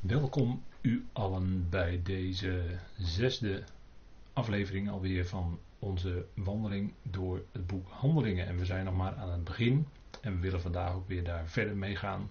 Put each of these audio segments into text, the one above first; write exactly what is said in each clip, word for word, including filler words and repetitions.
Welkom u allen bij deze zesde aflevering alweer van onze wandeling door het boek Handelingen. En we zijn nog maar aan het begin en we willen vandaag ook weer daar verder mee gaan.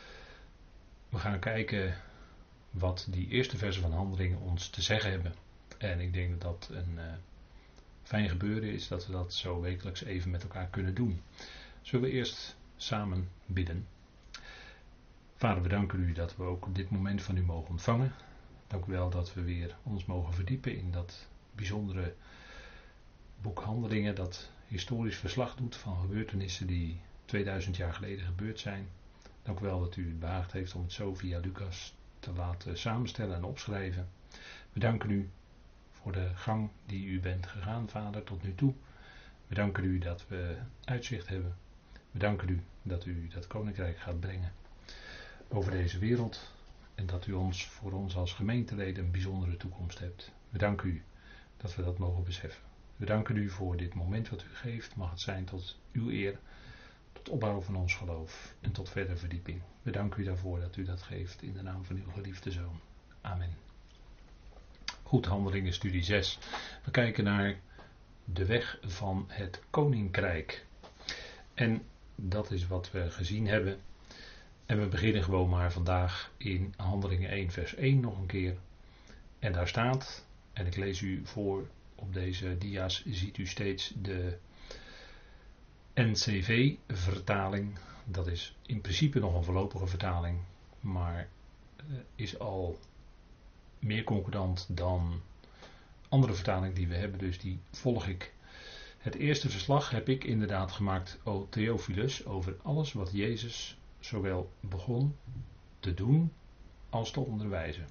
We gaan kijken wat die eerste versen van Handelingen ons te zeggen hebben. En ik denk dat dat een uh, fijn gebeuren is dat we dat zo wekelijks even met elkaar kunnen doen. Zullen we eerst samen bidden? Vader, we danken u dat we ook dit moment van u mogen ontvangen. Dank u wel dat we weer ons mogen verdiepen in dat bijzondere boek Handelingen, dat historisch verslag doet van gebeurtenissen die tweeduizend jaar geleden gebeurd zijn. Dank u wel dat u het behaagd heeft om het zo via Lucas te laten samenstellen en opschrijven. We danken u voor de gang die u bent gegaan, Vader, tot nu toe. We danken u dat we uitzicht hebben. We danken u dat u dat koninkrijk gaat brengen over deze wereld en dat u ons voor ons als gemeenteleden een bijzondere toekomst hebt. We danken u dat we dat mogen beseffen. We danken u voor dit moment wat u geeft. Mag het zijn tot uw eer, tot opbouw van ons geloof en tot verdere verdieping. We danken u daarvoor dat u dat geeft in de naam van uw geliefde Zoon. Amen. Goed, Handelingen studie zes. We kijken naar de weg van het koninkrijk. En dat is wat we gezien hebben. En we beginnen gewoon maar vandaag in Handelingen één vers één nog een keer. En daar staat, en ik lees u voor op deze dia's, ziet u steeds de N C V-vertaling. Dat is in principe nog een voorlopige vertaling, maar is al meer concordant dan andere vertalingen die we hebben, dus die volg ik. Het eerste verslag heb ik inderdaad gemaakt, o Theophilus, over alles wat Jezus zowel begon te doen als te onderwijzen.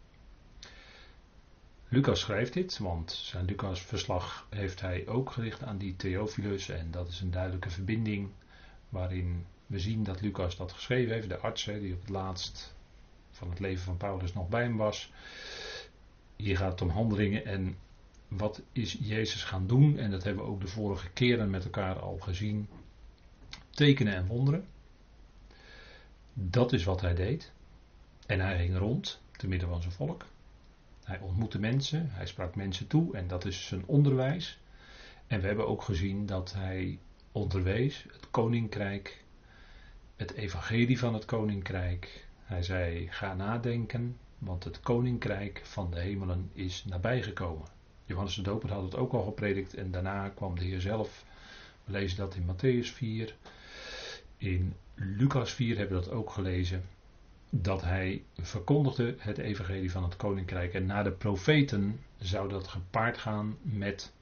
Lucas schrijft dit, want zijn Lucas verslag heeft hij ook gericht aan die Theophilus en dat is een duidelijke verbinding waarin we zien dat Lucas dat geschreven heeft, de arts die op het laatst van het leven van Paulus nog bij hem was. Hier gaat het om handelingen en wat is Jezus gaan doen, en dat hebben we ook de vorige keren met elkaar al gezien, tekenen en wonderen. Dat is wat hij deed. En hij ging rond, te midden van zijn volk. Hij ontmoette mensen, hij sprak mensen toe en dat is zijn onderwijs. En we hebben ook gezien dat hij onderwees het koninkrijk, het evangelie van het koninkrijk. Hij zei, ga nadenken, want het koninkrijk van de hemelen is nabijgekomen. Johannes de Doper had het ook al gepredikt en daarna kwam de Heer zelf. We lezen dat in Matthäus vier. In Lucas vier hebben we dat ook gelezen. Dat hij verkondigde het evangelie van het koninkrijk. En na de profeten zou dat gepaard gaan met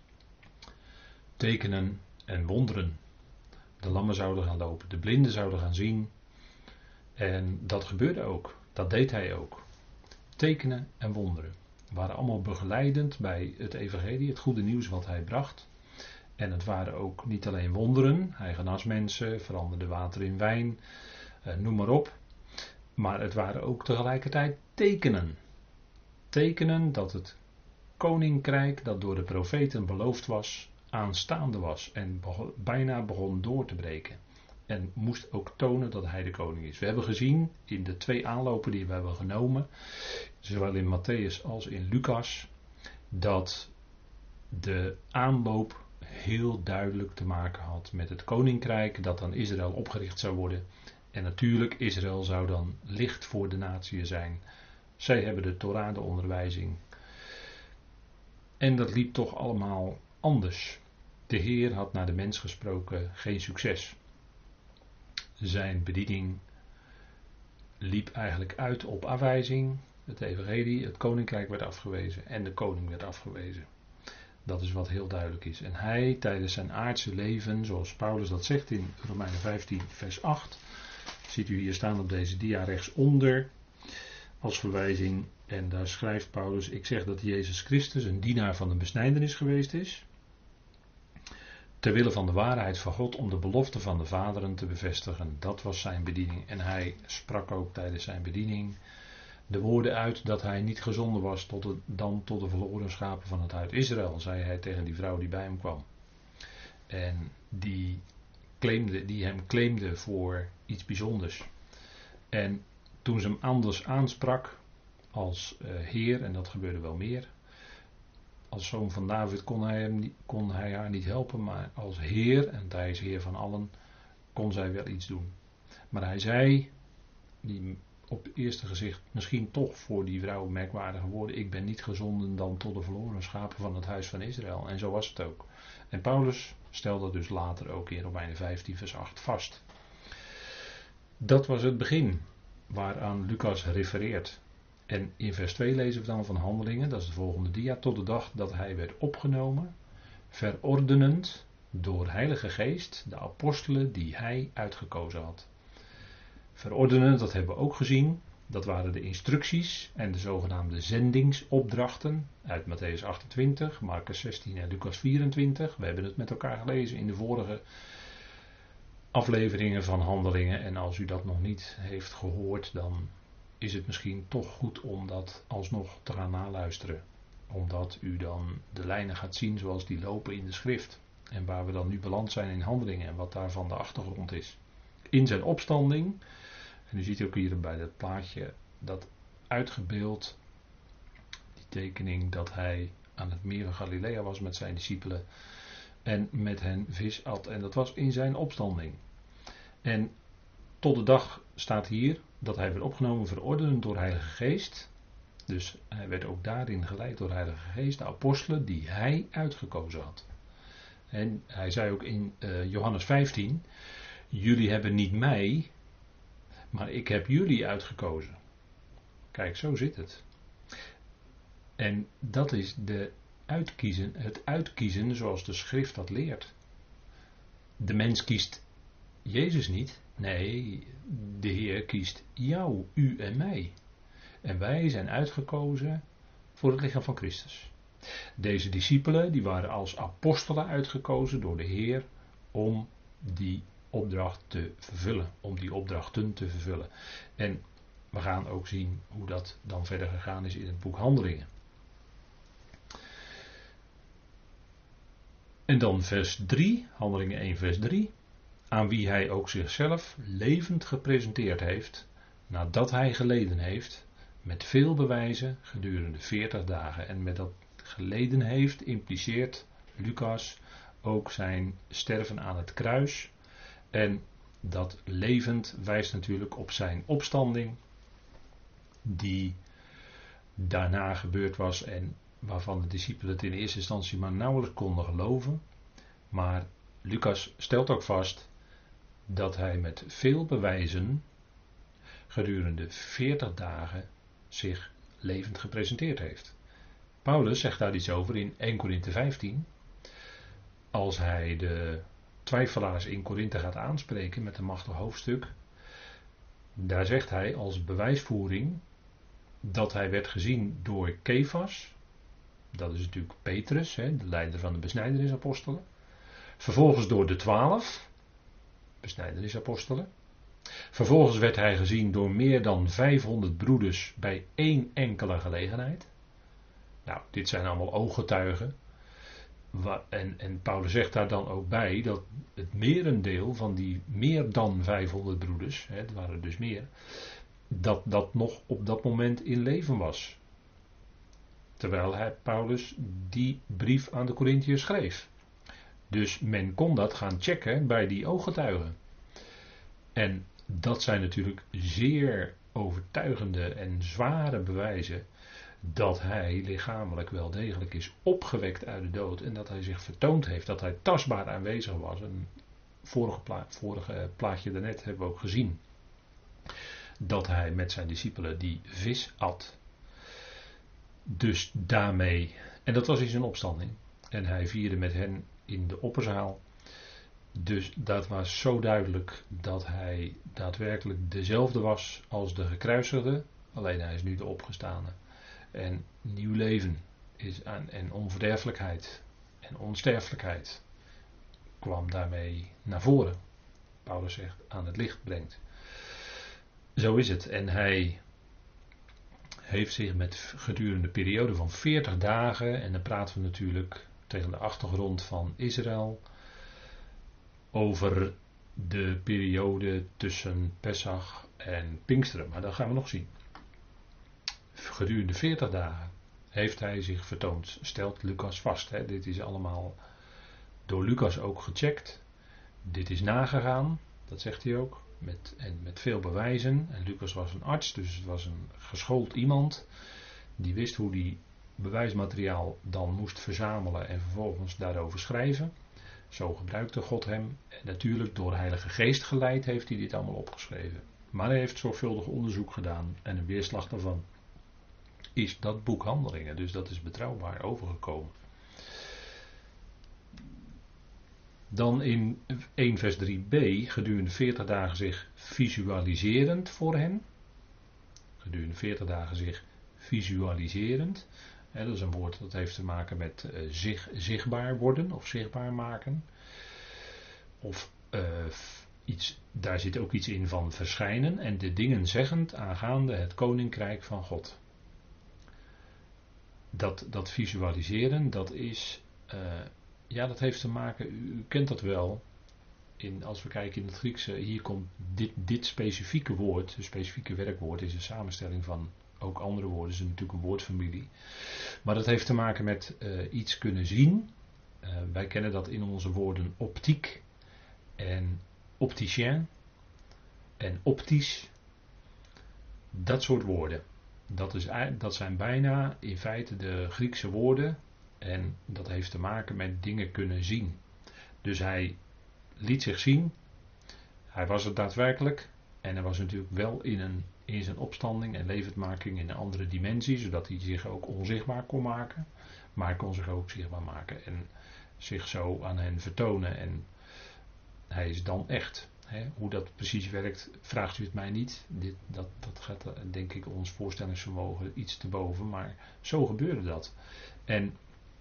tekenen en wonderen. De lammen zouden gaan lopen, de blinden zouden gaan zien. En dat gebeurde ook. Dat deed hij ook. Tekenen en wonderen waren allemaal begeleidend bij het evangelie, het goede nieuws wat hij bracht. En het waren ook niet alleen wonderen, hij genas mensen, veranderde water in wijn, eh, noem maar op. Maar het waren ook tegelijkertijd tekenen. Tekenen dat het koninkrijk dat door de profeten beloofd was, aanstaande was en begon, bijna begon door te breken. En moest ook tonen dat hij de koning is. We hebben gezien in de twee aanlopen die we hebben genomen, zowel in Matthäus als in Lucas, dat de aanloop heel duidelijk te maken had met het koninkrijk dat aan Israël opgericht zou worden. En natuurlijk, Israël zou dan licht voor de natieën zijn. Zij hebben de Torah, de onderwijzing. En dat liep toch allemaal anders. De Heer had naar de mens gesproken geen succes. Zijn bediening liep eigenlijk uit op afwijzing. Het evangelie, het koninkrijk werd afgewezen en de koning werd afgewezen. Dat is wat heel duidelijk is. En hij tijdens zijn aardse leven, zoals Paulus dat zegt in Romeinen vijftien vers acht, ziet u hier staan op deze dia rechtsonder als verwijzing. En daar schrijft Paulus, ik zeg dat Jezus Christus een dienaar van de besnijdenis geweest is, ter wille van de waarheid van God, om de belofte van de vaderen te bevestigen. Dat was zijn bediening. En hij sprak ook tijdens zijn bediening de woorden uit dat hij niet gezonden was tot de, dan tot de verloren schapen van het huis Israël, zei hij tegen die vrouw die bij hem kwam. En die, claimde, die hem claimde voor iets bijzonders. En toen ze hem anders aansprak als uh, Heer, en dat gebeurde wel meer. Als zoon van David kon hij, hem niet, kon hij haar niet helpen, maar als Heer, en hij is Heer van allen, kon zij wel iets doen. Maar hij zei, die op het eerste gezicht misschien toch voor die vrouw merkwaardige woorden: ik ben niet gezonden dan tot de verloren schapen van het huis van Israël. En zo was het ook. En Paulus stelde dat dus later ook in Romeinen vijftien vers acht vast. Dat was het begin waaraan Lucas refereert. En in vers twee lezen we dan van Handelingen, dat is de volgende dia, tot de dag dat hij werd opgenomen, verordenend door Heilige Geest de apostelen die hij uitgekozen had. Verordenend, dat hebben we ook gezien, dat waren de instructies en de zogenaamde zendingsopdrachten uit Mattheüs achtentwintig, Marcus zestien en Lucas vierentwintig. We hebben het met elkaar gelezen in de vorige afleveringen van Handelingen, en als u dat nog niet heeft gehoord, dan is het misschien toch goed om dat alsnog te gaan naluisteren. Omdat u dan de lijnen gaat zien zoals die lopen in de schrift. En waar we dan nu beland zijn in Handelingen en wat daarvan de achtergrond is. In zijn opstanding, en u ziet ook hier bij dat plaatje dat uitgebeeld, die tekening dat hij aan het meer van Galilea was met zijn discipelen en met hen vis at. En dat was in zijn opstanding. En tot de dag staat hier dat hij werd opgenomen, verordend door Heilige Geest. Dus hij werd ook daarin geleid door Heilige Geest, de apostelen die hij uitgekozen had. En hij zei ook in uh, Johannes vijftien, jullie hebben niet mij, maar ik heb jullie uitgekozen. Kijk, zo zit het. En dat is de uitkiezen, het uitkiezen zoals de schrift dat leert. De mens kiest Jezus niet. Nee, de Heer kiest jou, u en mij. En wij zijn uitgekozen voor het lichaam van Christus. Deze discipelen die waren als apostelen uitgekozen door de Heer om die opdracht te vervullen. Om die opdrachten te vervullen. En we gaan ook zien hoe dat dan verder gegaan is in het boek Handelingen. En dan vers drie, Handelingen één vers drie. Aan wie hij ook zichzelf levend gepresenteerd heeft, nadat hij geleden heeft, met veel bewijzen gedurende veertig dagen. En met dat geleden heeft impliceert Lucas ook zijn sterven aan het kruis. En dat levend wijst natuurlijk op zijn opstanding, die daarna gebeurd was en waarvan de discipelen het in eerste instantie maar nauwelijks konden geloven. Maar Lucas stelt ook vast dat hij met veel bewijzen gedurende veertig dagen zich levend gepresenteerd heeft. Paulus zegt daar iets over in Eerste Korinthe vijftien. Als hij de twijfelaars in Korinthe gaat aanspreken met een machtig hoofdstuk. Daar zegt hij als bewijsvoering dat hij werd gezien door Kefas. Dat is natuurlijk Petrus, de leider van de besnijdenisapostelen. Vervolgens door de twaalf besnijdenisapostelen. Vervolgens werd hij gezien door meer dan vijfhonderd broeders bij één enkele gelegenheid. Nou, dit zijn allemaal ooggetuigen. En, en Paulus zegt daar dan ook bij dat het merendeel van die meer dan vijfhonderd broeders, hè, het waren er dus meer, dat dat nog op dat moment in leven was. Terwijl hij, Paulus die brief aan de Korinthiërs schreef. Dus men kon dat gaan checken bij die ooggetuigen. En dat zijn natuurlijk zeer overtuigende en zware bewijzen dat hij lichamelijk wel degelijk is opgewekt uit de dood en dat hij zich vertoond heeft, dat hij tastbaar aanwezig was. Een vorige, pla- vorige plaatje daarnet hebben we ook gezien dat hij met zijn discipelen die vis at. Dus daarmee, en dat was in zijn opstanding, en hij vierde met hen in de opperzaal. Dus dat was zo duidelijk dat hij daadwerkelijk dezelfde was als de gekruisigde, alleen hij is nu de opgestane. En nieuw leven is aan, en onverderfelijkheid en onsterfelijkheid kwam daarmee naar voren. Paulus zegt aan het licht brengt. Zo is het. En hij heeft zich met gedurende een periode van veertig dagen, en dan praten we natuurlijk tegen de achtergrond van Israël, over de periode tussen Pesach en Pinksteren. Maar dat gaan we nog zien. Gedurende veertig dagen heeft hij zich vertoond, stelt Lucas vast. Hè. Dit is allemaal door Lucas ook gecheckt. Dit is nagegaan, dat zegt hij ook, met, en met veel bewijzen. En Lucas was een arts, dus het was een geschoold iemand. Die wist hoe die bewijsmateriaal dan moest verzamelen en vervolgens daarover schrijven. Zo gebruikte God hem. En natuurlijk door de Heilige Geest geleid heeft hij dit allemaal opgeschreven. Maar hij heeft zorgvuldig onderzoek gedaan en een weerslag daarvan is dat boek Handelingen. Dus dat is betrouwbaar overgekomen. Dan in één vers drie b, gedurende veertig dagen zich visualiserend voor hen. Gedurende veertig dagen zich visualiserend. Hè, dat is een woord dat heeft te maken met uh, zich zichtbaar worden of zichtbaar maken. Of uh, iets, daar zit ook iets in van verschijnen en de dingen zeggend aangaande het koninkrijk van God. Dat, dat visualiseren, dat is, uh, ja, dat heeft te maken, u, u kent dat wel. In, als we kijken in het Griekse, hier komt dit, dit specifieke woord, een specifieke werkwoord, is een samenstelling van ook andere woorden, is natuurlijk een woordfamilie. Maar dat heeft te maken met uh, iets kunnen zien. Uh, wij kennen dat in onze woorden optiek en opticien en optisch. Dat soort woorden. Dat, is, dat zijn bijna in feite de Griekse woorden en dat heeft te maken met dingen kunnen zien. Dus hij liet zich zien, hij was het daadwerkelijk en hij was natuurlijk wel in, een, in zijn opstanding en levendmaking in een andere dimensie, zodat hij zich ook onzichtbaar kon maken, maar hij kon zich ook zichtbaar maken en zich zo aan hen vertonen en hij is dan echt. He, hoe dat precies werkt, vraagt u het mij niet. Dit, dat, dat gaat denk ik ons voorstellingsvermogen iets te boven, maar zo gebeurde dat. En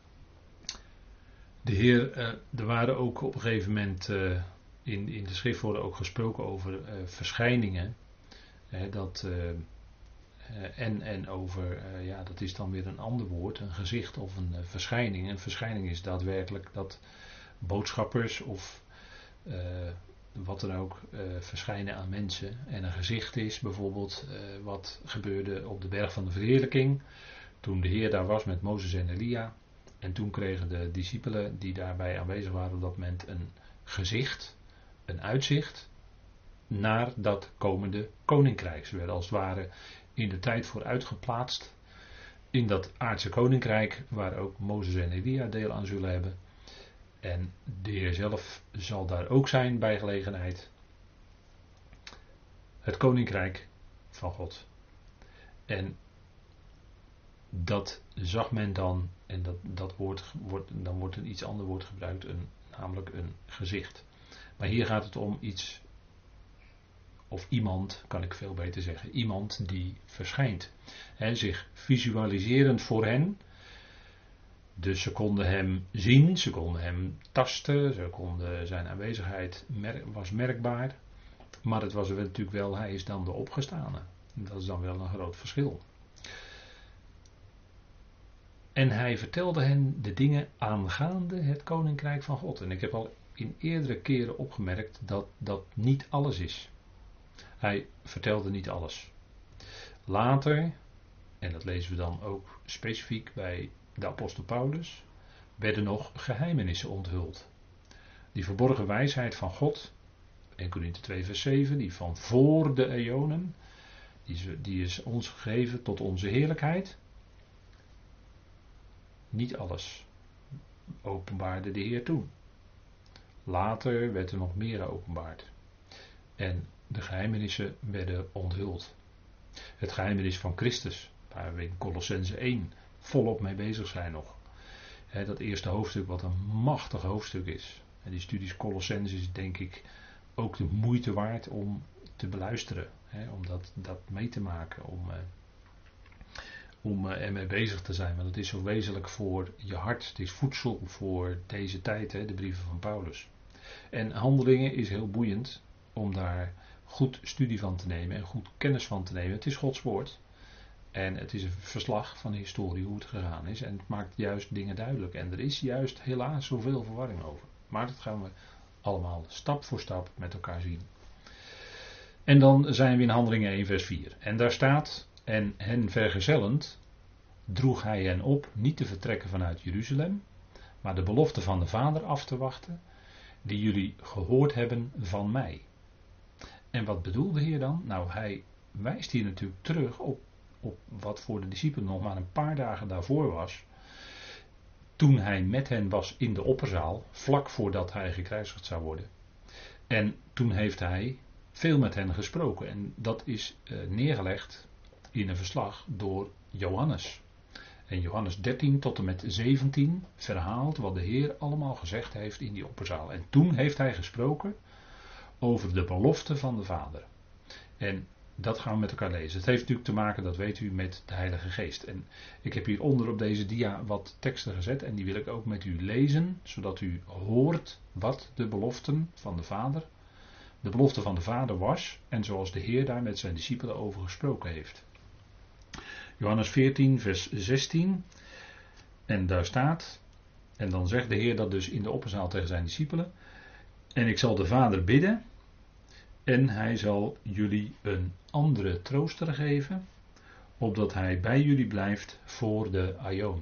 de Heer, uh, er waren ook op een gegeven moment uh, in, in de schrift worden ook gesproken over uh, verschijningen. He, dat, uh, uh, en, en over, uh, ja, dat is dan weer een ander woord, een gezicht of een uh, verschijning. Een verschijning is daadwerkelijk dat boodschappers of uh, wat dan ook uh, verschijnen aan mensen. En een gezicht is bijvoorbeeld uh, wat gebeurde op de berg van de verheerlijking. Toen de Heer daar was met Mozes en Elia. En toen kregen de discipelen die daarbij aanwezig waren op dat moment een gezicht, een uitzicht naar dat komende koninkrijk. Ze werden als het ware in de tijd vooruit geplaatst in dat aardse koninkrijk waar ook Mozes en Elia deel aan zullen hebben. En de Heer zelf zal daar ook zijn bij gelegenheid. Het koninkrijk van God. En dat zag men dan, en dat, dat woord wordt, dan wordt een iets ander woord gebruikt, een, namelijk een gezicht. Maar hier gaat het om iets, of iemand, kan ik veel beter zeggen, iemand die verschijnt. He, zich visualiserend voor hen. Dus ze konden hem zien, ze konden hem tasten, ze konden zijn aanwezigheid mer- was merkbaar. Maar het was natuurlijk wel, hij is dan de opgestane. Dat is dan wel een groot verschil. En hij vertelde hen de dingen aangaande het koninkrijk van God. En ik heb al in eerdere keren opgemerkt dat dat niet alles is. Hij vertelde niet alles. Later, en dat lezen we dan ook specifiek bij de apostel Paulus, werden nog geheimenissen onthuld. Die verborgen wijsheid van God, eerste Korinthe twee vers zeven, die van voor de eonen, die is, die is ons gegeven tot onze heerlijkheid. Niet alles openbaarde de Heer toen. Later werd er nog meer openbaard. En de geheimenissen werden onthuld. Het geheimenis van Christus, waar we in Kolossenzen één volop mee bezig zijn nog. He, dat eerste hoofdstuk wat een machtig hoofdstuk is. En die studies Kolossenzen is denk ik ook de moeite waard om te beluisteren. He, om dat, dat mee te maken. Om, uh, om uh, ermee bezig te zijn. Want het is zo wezenlijk voor je hart. Het is voedsel voor deze tijd. He, de brieven van Paulus. En Handelingen is heel boeiend. Om daar goed studie van te nemen. En goed kennis van te nemen. Het is Gods woord. En het is een verslag van de historie hoe het gegaan is. En het maakt juist dingen duidelijk. En er is juist helaas zoveel verwarring over. Maar dat gaan we allemaal stap voor stap met elkaar zien. En dan zijn we in Handelingen één vers vier. En daar staat, en hen vergezellend droeg hij hen op niet te vertrekken vanuit Jeruzalem, maar de belofte van de Vader af te wachten, die jullie gehoord hebben van mij. En wat bedoelde hier dan? Nou, hij wijst hier natuurlijk terug op, op wat voor de discipelen nog maar een paar dagen daarvoor was. Toen hij met hen was in de opperzaal, vlak voordat hij gekruisigd zou worden. En toen heeft hij veel met hen gesproken. En dat is uh, neergelegd in een verslag door Johannes. En Johannes dertien tot en met zeventien verhaalt wat de Heer allemaal gezegd heeft in die opperzaal. En toen heeft hij gesproken over de belofte van de Vader. En dat gaan we met elkaar lezen. Het heeft natuurlijk te maken, dat weet u, met de Heilige Geest. En ik heb hieronder op deze dia wat teksten gezet en die wil ik ook met u lezen, zodat u hoort wat de beloften van de Vader, de belofte van de Vader was en zoals de Heer daar met zijn discipelen over gesproken heeft. Johannes veertien vers zestien en daar staat, en dan zegt de Heer dat dus in de opperzaal tegen zijn discipelen, en ik zal de Vader bidden en hij zal jullie een andere trooster geven, opdat hij bij jullie blijft voor de aion.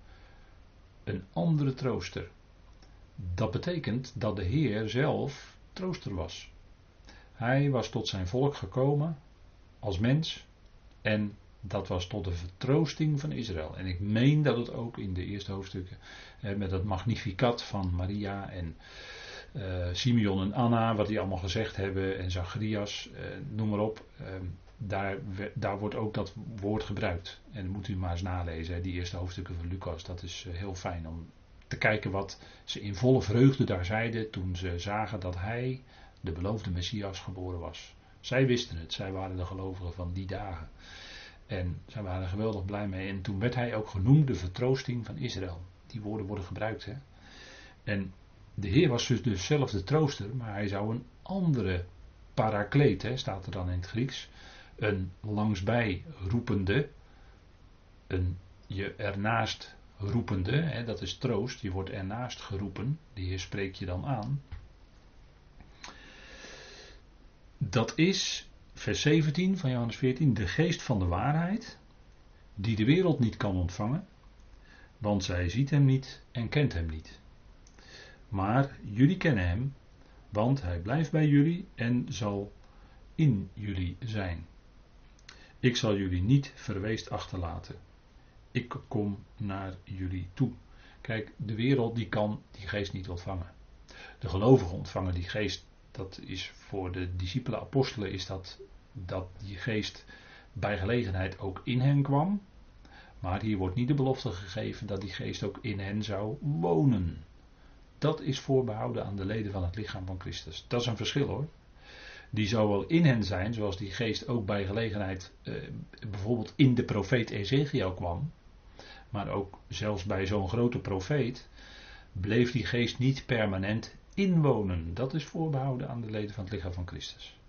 Een andere trooster. Dat betekent dat de Heer zelf trooster was. Hij was tot zijn volk gekomen als mens en dat was tot de vertroosting van Israël. En ik meen dat het ook in de eerste hoofdstukken met het Magnificat van Maria en Uh, Simeon en Anna, wat die allemaal gezegd hebben, en Zacharias, uh, noem maar op. Uh, daar, daar wordt ook dat woord gebruikt. En dat moet u maar eens nalezen, hè, die eerste hoofdstukken van Lucas. Dat is uh, heel fijn om te kijken wat ze in volle vreugde daar zeiden toen ze zagen dat hij, de beloofde Messias, geboren was. Zij wisten het, zij waren de gelovigen van die dagen. En zij waren er geweldig blij mee. En toen werd hij ook genoemd de vertroosting van Israël. Die woorden worden gebruikt. Hè. En de Heer was dus zelf de trooster, maar hij zou een andere parakleet, hè, staat er dan in het Grieks, een langsbij roepende, een je ernaast roepende, hè, dat is troost, je wordt ernaast geroepen, de Heer spreekt je dan aan. Dat is, vers zeventien van Johannes veertien, de geest van de waarheid, die de wereld niet kan ontvangen, want zij ziet hem niet en kent hem niet. Maar jullie kennen hem, want hij blijft bij jullie en zal in jullie zijn. Ik zal jullie niet verweest achterlaten. Ik kom naar jullie toe. Kijk, de wereld die kan die geest niet ontvangen. De gelovigen ontvangen die geest. Dat is voor de discipelen, apostelen, is dat dat die geest bij gelegenheid ook in hen kwam. Maar hier wordt niet de belofte gegeven dat die geest ook in hen zou wonen. Dat is voorbehouden aan de leden van het lichaam van Christus. Dat is een verschil hoor. Die zou wel in hen zijn, zoals die geest ook bij gelegenheid eh, bijvoorbeeld in de profeet Ezekiel kwam. Maar ook zelfs bij zo'n grote profeet bleef die geest niet permanent inwonen. Dat is voorbehouden aan de leden van het lichaam van Christus.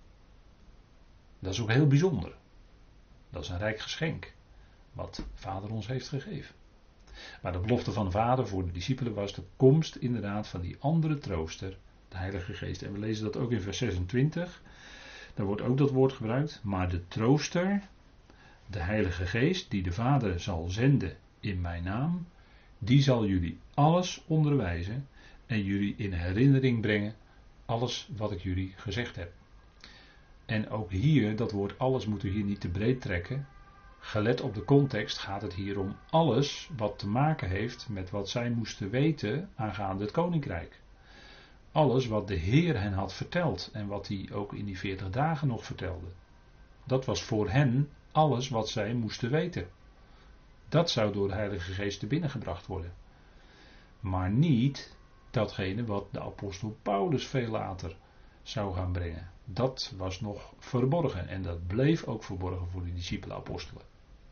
Dat is ook heel bijzonder. Dat is een rijk geschenk wat Vader ons heeft gegeven. Maar de belofte van de Vader voor de discipelen was de komst inderdaad van die andere trooster, de Heilige Geest. En we lezen dat ook in vers zesentwintig. Daar wordt ook dat woord gebruikt. Maar de trooster, de Heilige Geest, die de Vader zal zenden in mijn naam, die zal jullie alles onderwijzen en jullie in herinnering brengen alles wat ik jullie gezegd heb. En ook hier, dat woord alles moet u hier niet te breed trekken. Gelet op de context gaat het hier om alles wat te maken heeft met wat zij moesten weten aangaande het koninkrijk. Alles wat de Heer hen had verteld en wat hij ook in die veertig dagen nog vertelde. Dat was voor hen alles wat zij moesten weten. Dat zou door de Heilige Geest te binnengebracht worden. Maar niet datgene wat de apostel Paulus veel later zou gaan brengen. Dat was nog verborgen en dat bleef ook verborgen voor de discipelen-apostelen.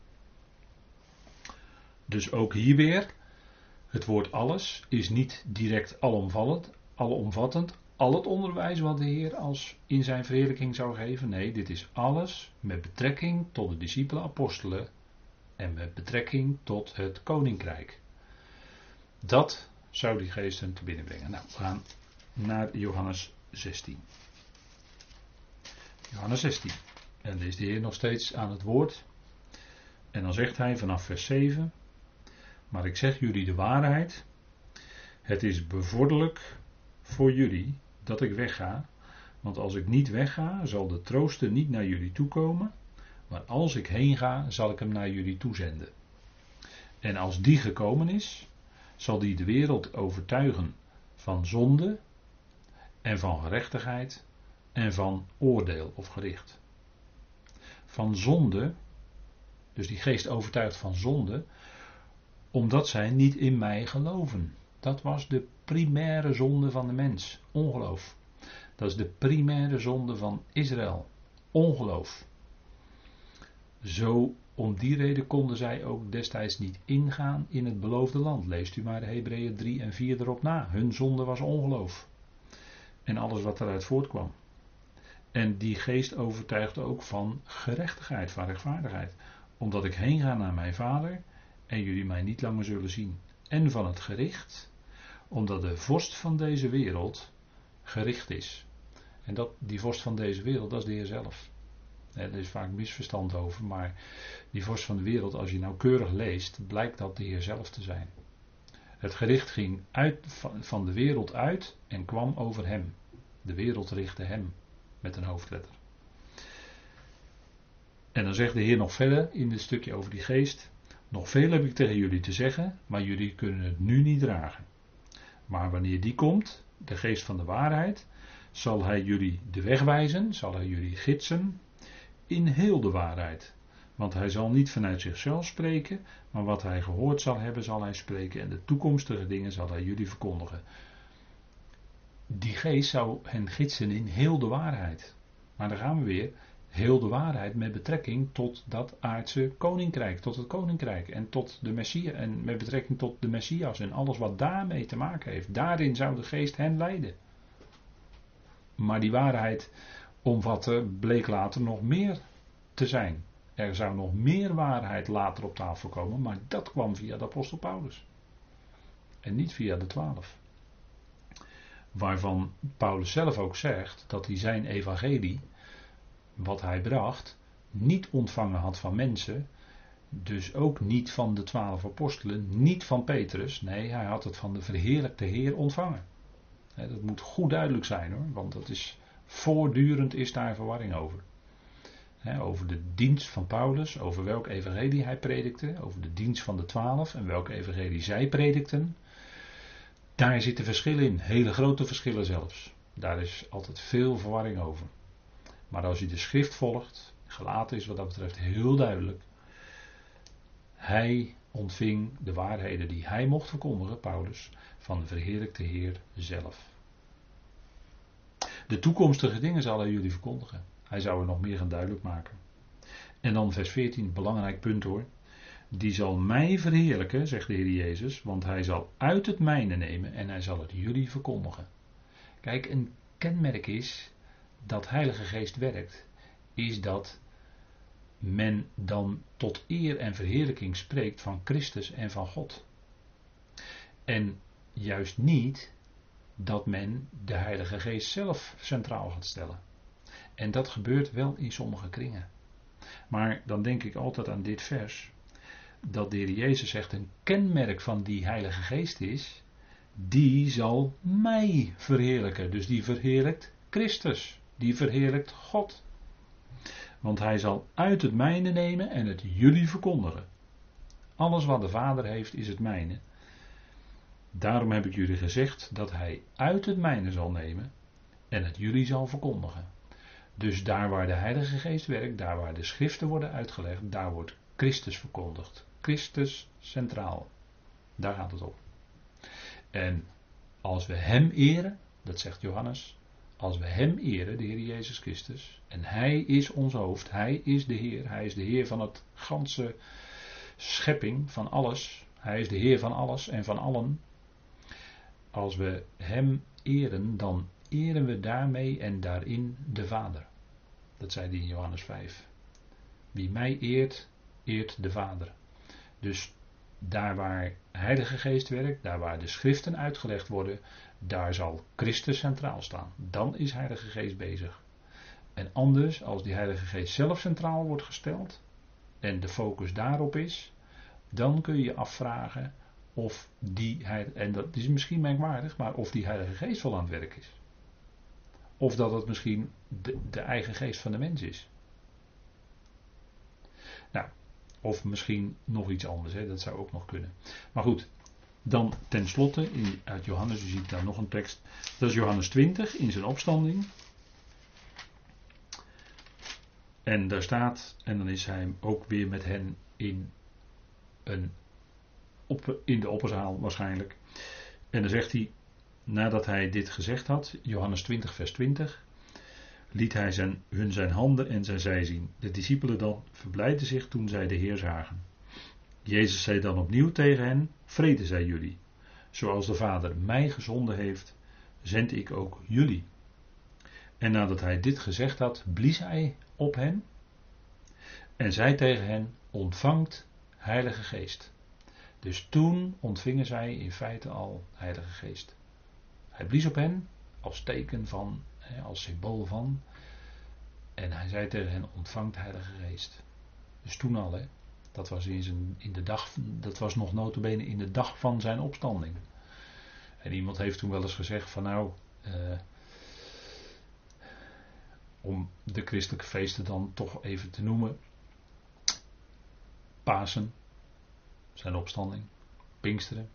Dus ook hier weer, het woord alles is niet direct alomvallend, alomvattend, al het onderwijs wat de Heer als in zijn verheerlijking zou geven. Nee, dit is alles met betrekking tot de discipelen-apostelen en met betrekking tot het koninkrijk. Dat zou die geest hen te binnen brengen. Nou, we gaan naar Johannes zestien. Johannes zestien. En dan is de Heer nog steeds aan het woord. En dan zegt hij vanaf vers zeven. Maar ik zeg jullie de waarheid. Het is bevorderlijk voor jullie dat ik wegga. Want als ik niet wegga, zal de trooster niet naar jullie toekomen. Maar als ik heen ga, zal ik hem naar jullie toezenden. En als die gekomen is, zal die de wereld overtuigen van zonde en van gerechtigheid en van oordeel of gericht. Van zonde, dus die geest overtuigt van zonde, omdat zij niet in mij geloven. Dat was de primaire zonde van de mens, ongeloof. Dat is de primaire zonde van Israël, ongeloof. Zo, om die reden konden zij ook destijds niet ingaan in het beloofde land. Leest u maar de Hebreeën drie en vier erop na. Hun zonde was ongeloof. En alles wat eruit voortkwam. En die geest overtuigde ook van gerechtigheid, van rechtvaardigheid. Omdat ik heen ga naar mijn vader en jullie mij niet langer zullen zien. En van het gericht, omdat de vorst van deze wereld gericht is. En dat, die vorst van deze wereld, dat is de Heer zelf. Er is vaak misverstand over, maar die vorst van de wereld, als je nauwkeurig leest, blijkt dat de Heer zelf te zijn. Het gericht ging uit, van de wereld uit en kwam over hem. De wereld richtte hem, met een hoofdletter. En dan zegt de Heer nog verder in dit stukje over die geest. Nog veel heb ik tegen jullie te zeggen, maar jullie kunnen het nu niet dragen. Maar wanneer die komt, de geest van de waarheid, zal hij jullie de weg wijzen, zal hij jullie gidsen in heel de waarheid. Want hij zal niet vanuit zichzelf spreken, maar wat hij gehoord zal hebben, zal hij spreken en de toekomstige dingen zal hij jullie verkondigen. Die geest zou hen gidsen in heel de waarheid. Maar dan gaan we weer, heel de waarheid met betrekking tot dat aardse koninkrijk, tot het koninkrijk en tot de Messias en met betrekking tot de Messias en alles wat daarmee te maken heeft. Daarin zou de geest hen leiden. Maar die waarheid omvatte, bleek later nog meer te zijn. Er zou nog meer waarheid later op tafel komen, maar dat kwam via de apostel Paulus. En niet via de twaalf. Waarvan Paulus zelf ook zegt dat hij zijn evangelie, wat hij bracht, niet ontvangen had van mensen. Dus ook niet van de twaalf apostelen, niet van Petrus. Nee, hij had het van de verheerlijkte Heer ontvangen. He, dat moet goed duidelijk zijn hoor, want dat is voortdurend is daar verwarring over. He, over de dienst van Paulus, over welk evangelie hij predikte, over de dienst van de twaalf en welke evangelie zij predikten. Daar zitten verschillen in, hele grote verschillen zelfs. Daar is altijd veel verwarring over. Maar als je de schrift volgt, Galaten is wat dat betreft heel duidelijk. Hij ontving de waarheden die hij mocht verkondigen, Paulus, van de verheerlijkte Heer zelf. De toekomstige dingen zal hij jullie verkondigen. Hij zou er nog meer gaan duidelijk maken. En dan vers veertien, belangrijk punt hoor. Die zal mij verheerlijken, zegt de Heer Jezus, want hij zal uit het mijne nemen en hij zal het jullie verkondigen. Kijk, een kenmerk is dat Heilige Geest werkt, is dat men dan tot eer en verheerlijking spreekt van Christus en van God. En juist niet dat men de Heilige Geest zelf centraal gaat stellen. En dat gebeurt wel in sommige kringen. Maar dan denk ik altijd aan dit vers, dat de Heer Jezus zegt een kenmerk van die Heilige Geest is, die zal mij verheerlijken. Dus die verheerlijkt Christus, die verheerlijkt God. Want hij zal uit het mijne nemen en het jullie verkondigen. Alles wat de Vader heeft is het mijne. Daarom heb ik jullie gezegd dat hij uit het mijne zal nemen en het jullie zal verkondigen. Dus daar waar de Heilige Geest werkt, daar waar de schriften worden uitgelegd, daar wordt Christus verkondigd. Christus centraal. Daar gaat het om. En als we hem eren, dat zegt Johannes, als we hem eren, de Heer Jezus Christus, en hij is ons hoofd, hij is de Heer, hij is de Heer van het ganse schepping, van alles, hij is de Heer van alles en van allen. Als we hem eren, dan eren we daarmee en daarin de Vader. Dat zei hij in Johannes vijf. Wie mij eert, eert de Vader. Dus daar waar Heilige Geest werkt, daar waar de schriften uitgelegd worden, daar zal Christus centraal staan. Dan is Heilige Geest bezig. En anders, als die Heilige Geest zelf centraal wordt gesteld en de focus daarop is, dan kun je je afvragen of die, en dat is misschien merkwaardig, maar of die Heilige Geest wel aan het werk is. Of dat het misschien de, de eigen geest van de mens is. Nou, of misschien nog iets anders, hè, dat zou ook nog kunnen. Maar goed, dan tenslotte in, uit Johannes, u ziet daar nog een tekst. Dat is Johannes twintig in zijn opstanding. En daar staat, en dan is hij ook weer met hen in, een, op, in de opperzaal waarschijnlijk. En dan zegt hij, nadat hij dit gezegd had, Johannes twintig vers twintig, liet hij zijn, hun zijn handen en zijn zij zien. De discipelen dan verblijdden zich toen zij de Heer zagen. Jezus zei dan opnieuw tegen hen, vrede zij jullie. Zoals de Vader mij gezonden heeft, zend ik ook jullie. En nadat hij dit gezegd had, blies hij op hen en zei tegen hen, ontvangt Heilige Geest. Dus toen ontvingen zij in feite al Heilige Geest. Hij blies op hen als teken van, als symbool van. En hij zei tegen hen, ontvangt Heilige Geest. Dus toen al, hè. Dat was, in zijn, in de dag, dat was nog nota bene in de dag van zijn opstanding. En iemand heeft toen wel eens gezegd van nou, uh, om de christelijke feesten dan toch even te noemen. Pasen, zijn opstanding, Pinksteren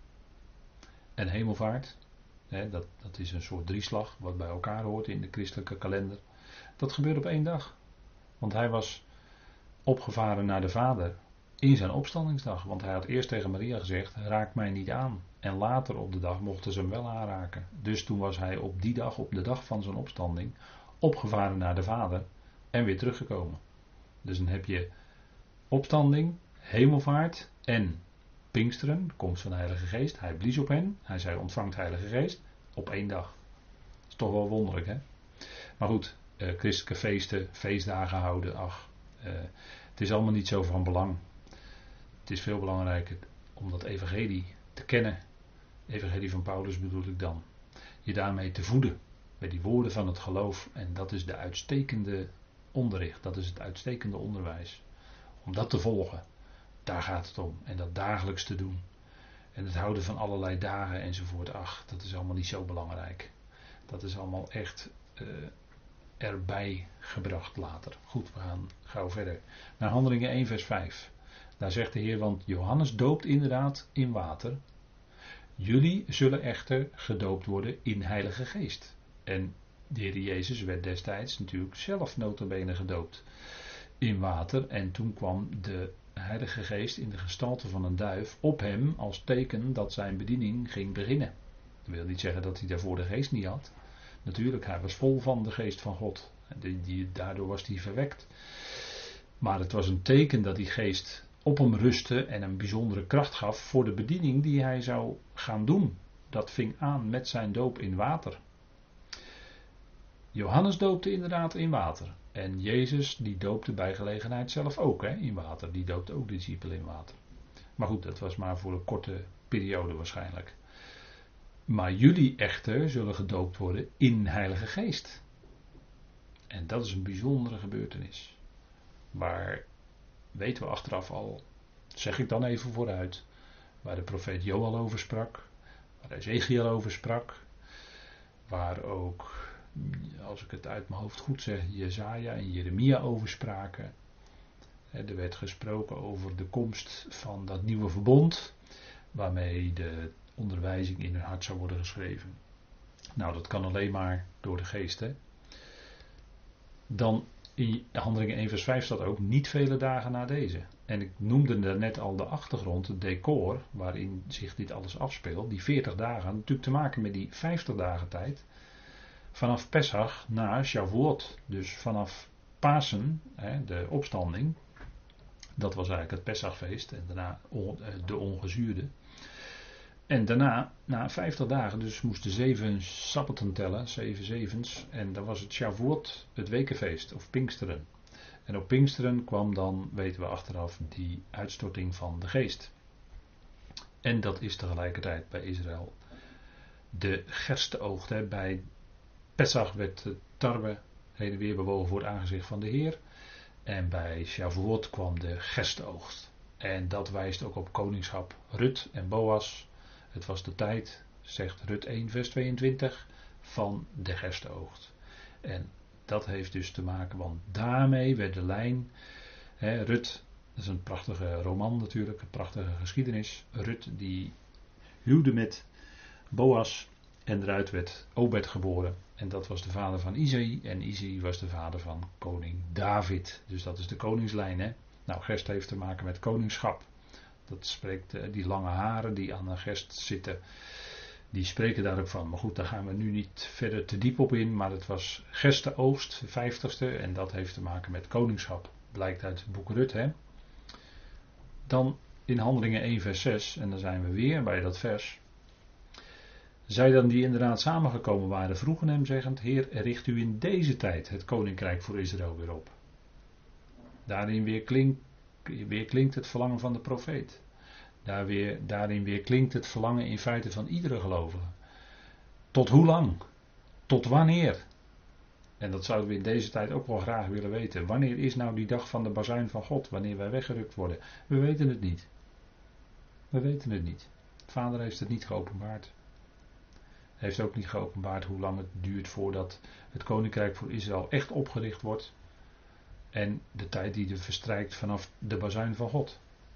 en Hemelvaart. Hè, dat, dat is een soort drieslag wat bij elkaar hoort in de christelijke kalender. Dat gebeurt op één dag. Want hij was opgevaren naar de Vader in zijn opstandingsdag. Want hij had eerst tegen Maria gezegd, raak mij niet aan. En later op de dag mochten ze hem wel aanraken. Dus toen was hij op die dag, op de dag van zijn opstanding, opgevaren naar de Vader en weer teruggekomen. Dus dan heb je opstanding, hemelvaart en Pinksteren, komst van de Heilige Geest. Hij blies op hen, hij zei ontvangt Heilige Geest op één dag. Dat is toch wel wonderlijk, hè? Maar goed, eh, christelijke feesten, feestdagen houden, ach, eh, het is allemaal niet zo van belang. Het is veel belangrijker om dat evangelie te kennen. Evangelie van Paulus bedoel ik dan. Je daarmee te voeden bij die woorden van het geloof. En dat is de uitstekende onderricht, dat is het uitstekende onderwijs. Om dat te volgen, daar gaat het om. En dat dagelijks te doen. En het houden van allerlei dagen enzovoort, ach, dat is allemaal niet zo belangrijk. Dat is allemaal echt uh, erbij gebracht later. Goed, we gaan gauw verder. Naar Handelingen één vers vijf. Daar zegt de Heer, want Johannes doopt inderdaad in water. Jullie zullen echter gedoopt worden in Heilige Geest. En de Heer Jezus werd destijds natuurlijk zelf nota bene gedoopt in water. En toen kwam de Heilige Geest in de gestalte van een duif op hem als teken dat zijn bediening ging beginnen. Dat wil niet zeggen dat hij daarvoor de geest niet had. Natuurlijk, hij was vol van de geest van God. Die, die, daardoor was hij verwekt. Maar het was een teken dat die geest op hem rustte en een bijzondere kracht gaf voor de bediening die hij zou gaan doen. Dat ving aan met zijn doop in water. Johannes doopte inderdaad in water. En Jezus die doopte bij gelegenheid zelf ook hè, in water. Die doopte ook de discipelen in water. Maar goed, dat was maar voor een korte periode waarschijnlijk. Maar jullie echter zullen gedoopt worden in Heilige Geest. En dat is een bijzondere gebeurtenis. Waar weten we achteraf al, zeg ik dan even vooruit, waar de profeet Joël over sprak, waar Ezechiel over sprak, waar ook, als ik het uit mijn hoofd goed zeg, Jesaja en Jeremia over spraken. Er werd gesproken over de komst van dat nieuwe verbond, waarmee de onderwijzing in hun hart zou worden geschreven. Nou, dat kan alleen maar door de geest, hè. Dan in Handelingen één vers vijf staat ook niet vele dagen na deze. En ik noemde daarnet al de achtergrond, het decor, waarin zich dit alles afspeelt. Die veertig dagen, natuurlijk te maken met die vijftig dagen tijd. Vanaf Pesach naar Shavuot, dus vanaf Pasen, hè, de opstanding. Dat was eigenlijk het Pesachfeest en daarna de ongezuurde. En daarna, na vijftig dagen, dus moesten zeven sabbaten tellen, zeven zevens. En dan was het Shavuot, het wekenfeest, of Pinksteren. En op Pinksteren kwam dan, weten we achteraf, die uitstorting van de geest. En dat is tegelijkertijd bij Israël de gersteoogst. Hè. Bij Pesach werd de tarwe heen en weer bewogen voor het aangezicht van de Heer. En bij Shavuot kwam de gersteoogst. En dat wijst ook op koningschap Rut en Boas. Het was de tijd, zegt Rut één vers tweeëntwintig, van de gersteoogst. En dat heeft dus te maken, want daarmee werd de lijn, hè, Rut, dat is een prachtige roman natuurlijk, een prachtige geschiedenis. Rut die huwde met Boas en eruit werd Obed geboren. En dat was de vader van Isaï. En Isaï was de vader van koning David. Dus dat is de koningslijn. Hè? Nou, gerst heeft te maken met koningschap. Dat spreekt, uh, die lange haren die aan een gerst zitten, die spreken daar ook van. Maar goed, daar gaan we nu niet verder te diep op in. Maar het was gerstenoogst, de vijftigste. En dat heeft te maken met koningschap. Blijkt uit het boek Rut. Hè? Dan in Handelingen één vers zes. En dan zijn we weer bij dat vers. Zij dan die inderdaad samengekomen waren, vroegen hem zeggend: Heer, richt u in deze tijd het koninkrijk voor Israël weer op. Daarin weer klinkt, weer klinkt het verlangen van de profeet. Daar weer, daarin weer klinkt het verlangen in feite van iedere gelovige. Tot hoe lang? Tot wanneer? En dat zouden we in deze tijd ook wel graag willen weten. Wanneer is nou die dag van de bazuin van God? Wanneer wij weggerukt worden? We weten het niet. We weten het niet. Vader heeft het niet geopenbaard. Hij heeft ook niet geopenbaard hoe lang het duurt voordat het koninkrijk voor Israël echt opgericht wordt. En de tijd die er verstrijkt vanaf de bazuin van God.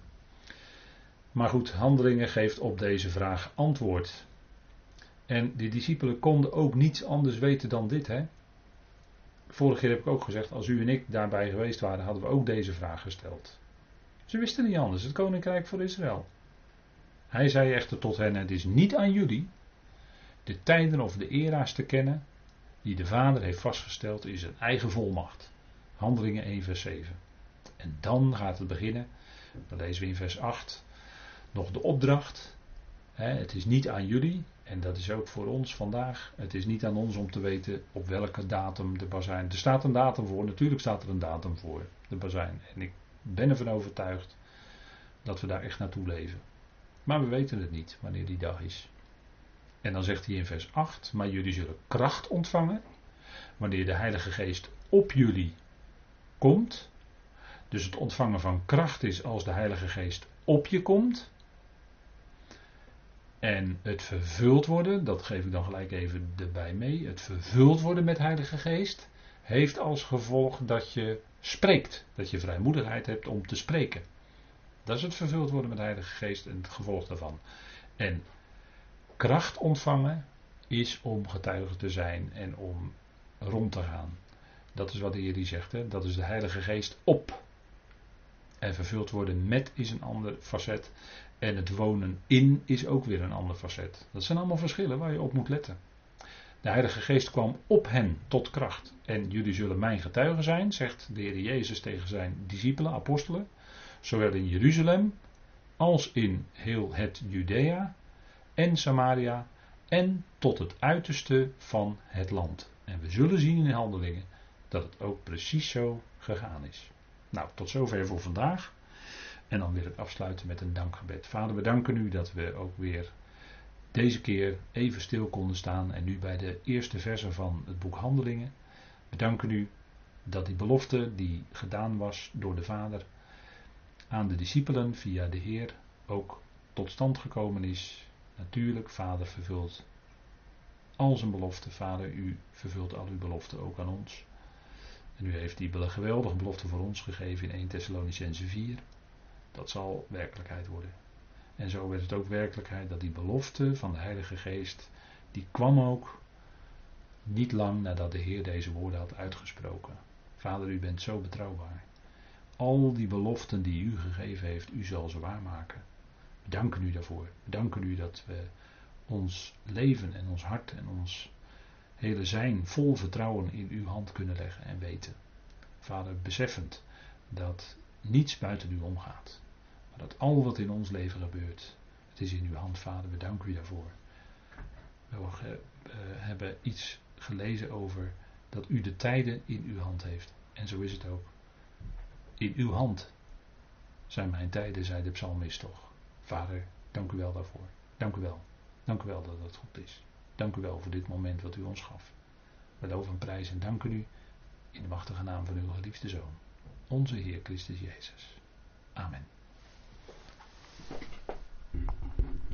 Maar goed, Handelingen geeft op deze vraag antwoord. En de discipelen konden ook niets anders weten dan dit. Hè? Vorige keer heb ik ook gezegd, als u en ik daarbij geweest waren, hadden we ook deze vraag gesteld. Ze wisten niet anders, het koninkrijk voor Israël. Hij zei echter tot hen: het is niet aan jullie de tijden of de era's te kennen die de Vader heeft vastgesteld in zijn eigen volmacht. Handelingen één vers zeven. En dan gaat het beginnen. Dan lezen we in vers acht nog de opdracht. Hè, het is niet aan jullie, en dat is ook voor ons vandaag. Het is niet aan ons om te weten op welke datum de bazuin. Er staat een datum voor, natuurlijk staat er een datum voor, de bazuin. En ik ben ervan overtuigd dat we daar echt naartoe leven. Maar we weten het niet wanneer die dag is. En dan zegt hij in vers acht: maar jullie zullen kracht ontvangen wanneer de Heilige Geest op jullie komt. Dus het ontvangen van kracht is als de Heilige Geest op je komt. En het vervuld worden, dat geef ik dan gelijk even erbij mee. Het vervuld worden met Heilige Geest heeft als gevolg dat je spreekt. Dat je vrijmoedigheid hebt om te spreken. Dat is het vervuld worden met de Heilige Geest en het gevolg daarvan. En kracht ontvangen is om getuige te zijn en om rond te gaan. Dat is wat de Heer die zegt. Hè? Dat is de Heilige Geest op. En vervuld worden met is een ander facet. En het wonen in is ook weer een ander facet. Dat zijn allemaal verschillen waar je op moet letten. De Heilige Geest kwam op hen tot kracht. En jullie zullen mijn getuigen zijn, zegt de Heer Jezus tegen zijn discipelen, apostelen. Zowel in Jeruzalem als in heel het Judea en Samaria en tot het uiterste van het land. En we zullen zien in Handelingen dat het ook precies zo gegaan is. Nou, tot zover voor vandaag. En dan wil ik afsluiten met een dankgebed. Vader, we danken u dat we ook weer deze keer even stil konden staan. En nu bij de eerste versen van het boek Handelingen. We danken u dat die belofte die gedaan was door de Vader aan de discipelen via de Heer ook tot stand gekomen is. Natuurlijk, Vader vervult al zijn beloften. Vader, u vervult al uw beloften ook aan ons. En u heeft die geweldige belofte voor ons gegeven in eerste Thessalonicenzen vier. Dat zal werkelijkheid worden. En zo werd het ook werkelijkheid dat die belofte van de Heilige Geest, die kwam ook niet lang nadat de Heer deze woorden had uitgesproken. Vader, u bent zo betrouwbaar. Al die beloften die u gegeven heeft, u zal ze waarmaken. We danken u daarvoor. We danken u dat we ons leven en ons hart en ons hele zijn vol vertrouwen in uw hand kunnen leggen en weten. Vader, beseffend dat niets buiten u omgaat. Maar dat al wat in ons leven gebeurt, het is in uw hand, Vader. We danken u daarvoor. We uh, hebben iets gelezen over dat u de tijden in uw hand heeft. En zo is het ook. In uw hand zijn mijn tijden, zei de psalmist toch. Vader, Dank u wel daarvoor. Dank u wel. Dank u wel dat het goed is. Dank u wel voor dit moment wat u ons gaf. We loven en prijzen en danken u in de machtige naam van uw geliefde Zoon, onze Heer Christus Jezus.